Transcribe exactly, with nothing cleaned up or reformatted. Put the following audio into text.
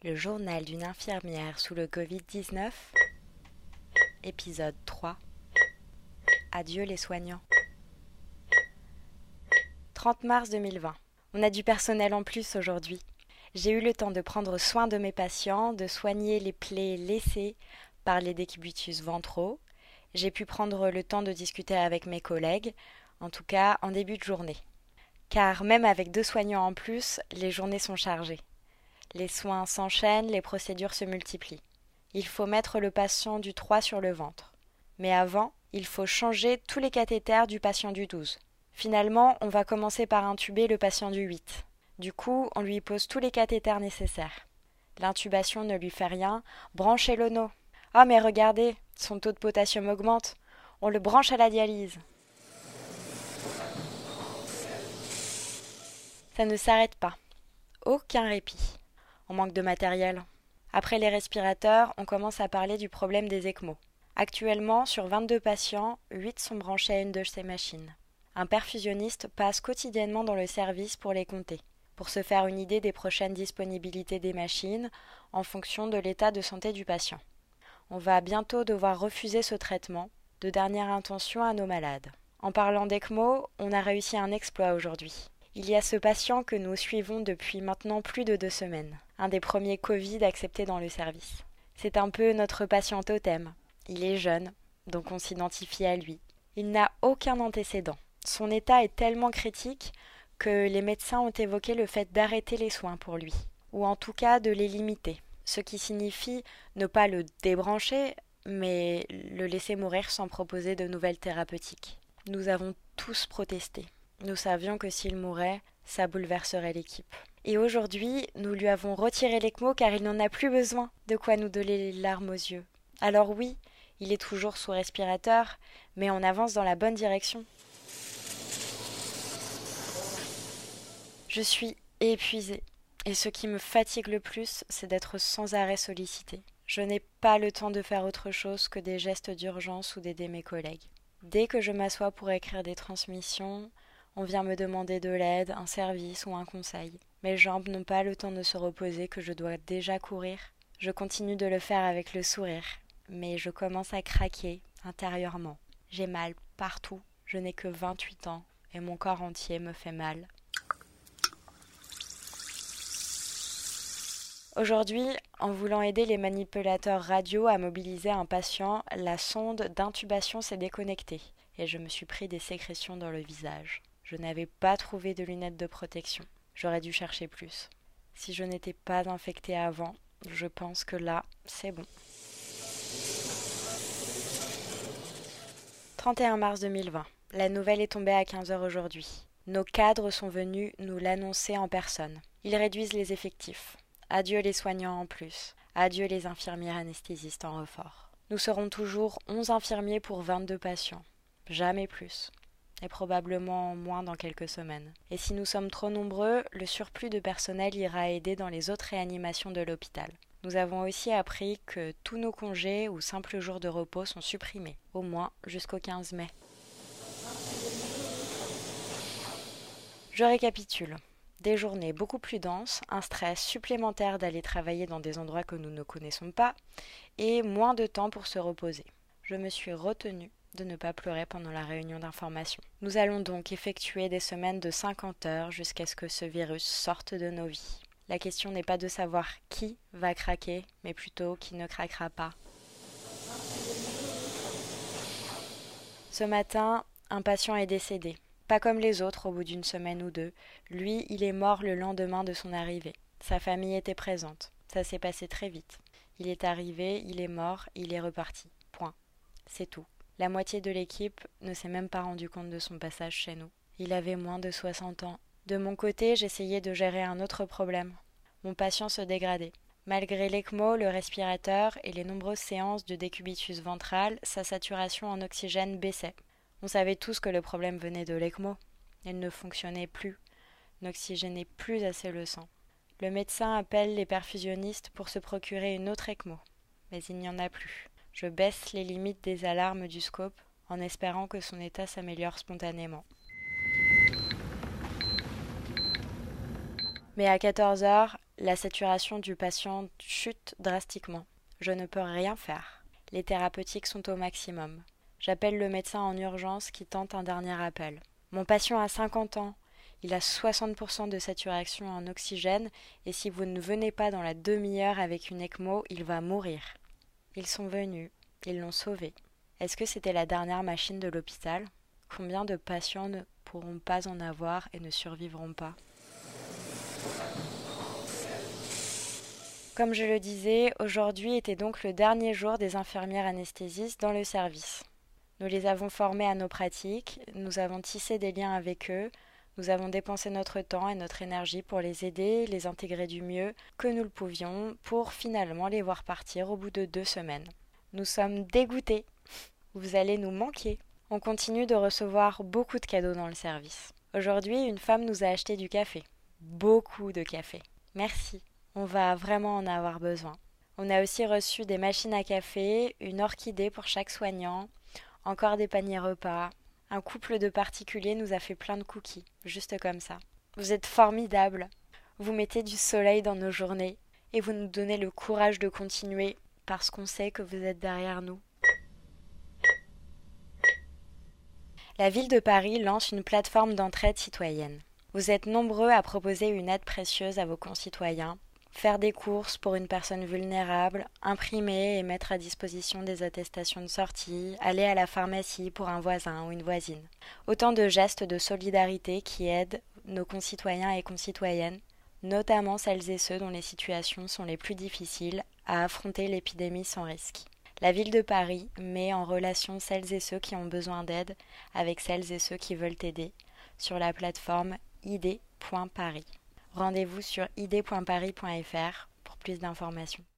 Le journal d'une infirmière sous le covid dix-neuf, épisode trois. Adieu les soignants. trente mars deux mille vingt. On a du personnel en plus aujourd'hui. J'ai eu le temps de prendre soin de mes patients, de soigner les plaies laissées par les décubitus ventraux. J'ai pu prendre le temps de discuter avec mes collègues, en tout cas en début de journée. Car même avec deux soignants en plus, les journées sont chargées. Les soins s'enchaînent, les procédures se multiplient. Il faut mettre le patient du trois sur le ventre. Mais avant, il faut changer tous les cathéters du patient du douze. Finalement, on va commencer par intuber le patient du huit. Du coup, on lui pose tous les cathéters nécessaires. L'intubation ne lui fait rien. Branchez l'ono. Ah mais regardez, son taux de potassium augmente. On le branche à la dialyse. Ça ne s'arrête pas. Aucun répit. On manque de matériel. Après les respirateurs, on commence à parler du problème des ECMO. Actuellement, sur vingt-deux patients, huit sont branchés à une de ces machines. Un perfusionniste passe quotidiennement dans le service pour les compter, pour se faire une idée des prochaines disponibilités des machines en fonction de l'état de santé du patient. On va bientôt devoir refuser ce traitement, de dernière intention à nos malades. En parlant d'ECMO, on a réussi un exploit aujourd'hui. Il y a ce patient que nous suivons depuis maintenant plus de deux semaines, un des premiers Covid acceptés dans le service. C'est un peu notre patient totem. Il est jeune, donc on s'identifie à lui. Il n'a aucun antécédent. Son état est tellement critique que les médecins ont évoqué le fait d'arrêter les soins pour lui, ou en tout cas de les limiter, ce qui signifie ne pas le débrancher, mais le laisser mourir sans proposer de nouvelles thérapeutiques. Nous avons tous protesté. Nous savions que s'il mourait, ça bouleverserait l'équipe. Et aujourd'hui, nous lui avons retiré l'ECMO car il n'en a plus besoin. De quoi nous donner les larmes aux yeux. Alors oui, il est toujours sous respirateur, mais on avance dans la bonne direction. Je suis épuisée. Et ce qui me fatigue le plus, c'est d'être sans arrêt sollicitée. Je n'ai pas le temps de faire autre chose que des gestes d'urgence ou d'aider mes collègues. Dès que je m'assois pour écrire des transmissions, on vient me demander de l'aide, un service ou un conseil. Mes jambes n'ont pas le temps de se reposer que je dois déjà courir. Je continue de le faire avec le sourire, mais je commence à craquer intérieurement. J'ai mal partout. Je n'ai que vingt-huit ans et mon corps entier me fait mal. Aujourd'hui, en voulant aider les manipulateurs radio à mobiliser un patient, la sonde d'intubation s'est déconnectée et je me suis pris des sécrétions dans le visage. Je n'avais pas trouvé de lunettes de protection. J'aurais dû chercher plus. Si je n'étais pas infectée avant, je pense que là, c'est bon. trente et un mars deux mille vingt. La nouvelle est tombée à quinze heures aujourd'hui. Nos cadres sont venus nous l'annoncer en personne. Ils réduisent les effectifs. Adieu les soignants en plus. Adieu les infirmières anesthésistes en renfort. Nous serons toujours onze infirmiers pour vingt-deux patients. Jamais plus. Et probablement moins dans quelques semaines. Et si nous sommes trop nombreux, le surplus de personnel ira aider dans les autres réanimations de l'hôpital. Nous avons aussi appris que tous nos congés ou simples jours de repos sont supprimés, au moins jusqu'au quinze mai. Je récapitule. Des journées beaucoup plus denses, un stress supplémentaire d'aller travailler dans des endroits que nous ne connaissons pas, et moins de temps pour se reposer. Je me suis retenue de ne pas pleurer pendant la réunion d'information. Nous allons donc effectuer des semaines de cinquante heures jusqu'à ce que ce virus sorte de nos vies. La question n'est pas de savoir qui va craquer, mais plutôt qui ne craquera pas. Ce matin, un patient est décédé. Pas comme les autres au bout d'une semaine ou deux. Lui, il est mort le lendemain de son arrivée. Sa famille était présente. Ça s'est passé très vite. Il est arrivé, il est mort, il est reparti. Point. C'est tout. La moitié de l'équipe ne s'est même pas rendu compte de son passage chez nous. Il avait moins de soixante ans. De mon côté, j'essayais de gérer un autre problème. Mon patient se dégradait. Malgré l'ECMO, le respirateur et les nombreuses séances de décubitus ventral, sa saturation en oxygène baissait. On savait tous que le problème venait de l'ECMO. Elle ne fonctionnait plus, n'oxygénait plus assez le sang. Le médecin appelle les perfusionnistes pour se procurer une autre ECMO, mais il n'y en a plus. Je baisse les limites des alarmes du scope en espérant que son état s'améliore spontanément. Mais à quatorze heures, la saturation du patient chute drastiquement. Je ne peux rien faire. Les thérapeutiques sont au maximum. J'appelle le médecin en urgence qui tente un dernier appel. Mon patient a cinquante ans. Il a soixante pour cent de saturation en oxygène et si vous ne venez pas dans la demi-heure avec une ECMO, il va mourir. Ils sont venus. Ils l'ont sauvé. Est-ce que c'était la dernière machine de l'hôpital ? Combien de patients ne pourront pas en avoir et ne survivront pas ? Comme je le disais, aujourd'hui était donc le dernier jour des infirmières anesthésistes dans le service. Nous les avons formées à nos pratiques, nous avons tissé des liens avec eux, nous avons dépensé notre temps et notre énergie pour les aider, les intégrer du mieux que nous le pouvions, pour finalement les voir partir au bout de deux semaines. Nous sommes dégoûtés. Vous allez nous manquer. On continue de recevoir beaucoup de cadeaux dans le service. Aujourd'hui, une femme nous a acheté du café. Beaucoup de café. Merci. On va vraiment en avoir besoin. On a aussi reçu des machines à café, une orchidée pour chaque soignant, encore des paniers repas. Un couple de particuliers nous a fait plein de cookies, juste comme ça. Vous êtes formidables. Vous mettez du soleil dans nos journées et vous nous donnez le courage de continuer parce qu'on sait que vous êtes derrière nous. La ville de Paris lance une plateforme d'entraide citoyenne. Vous êtes nombreux à proposer une aide précieuse à vos concitoyens, faire des courses pour une personne vulnérable, imprimer et mettre à disposition des attestations de sortie, aller à la pharmacie pour un voisin ou une voisine. Autant de gestes de solidarité qui aident nos concitoyens et concitoyennes, notamment celles et ceux dont les situations sont les plus difficiles, à affronter l'épidémie sans risque. La ville de Paris met en relation celles et ceux qui ont besoin d'aide avec celles et ceux qui veulent aider sur la plateforme i d point paris. Rendez-vous sur i d point paris point f r pour plus d'informations.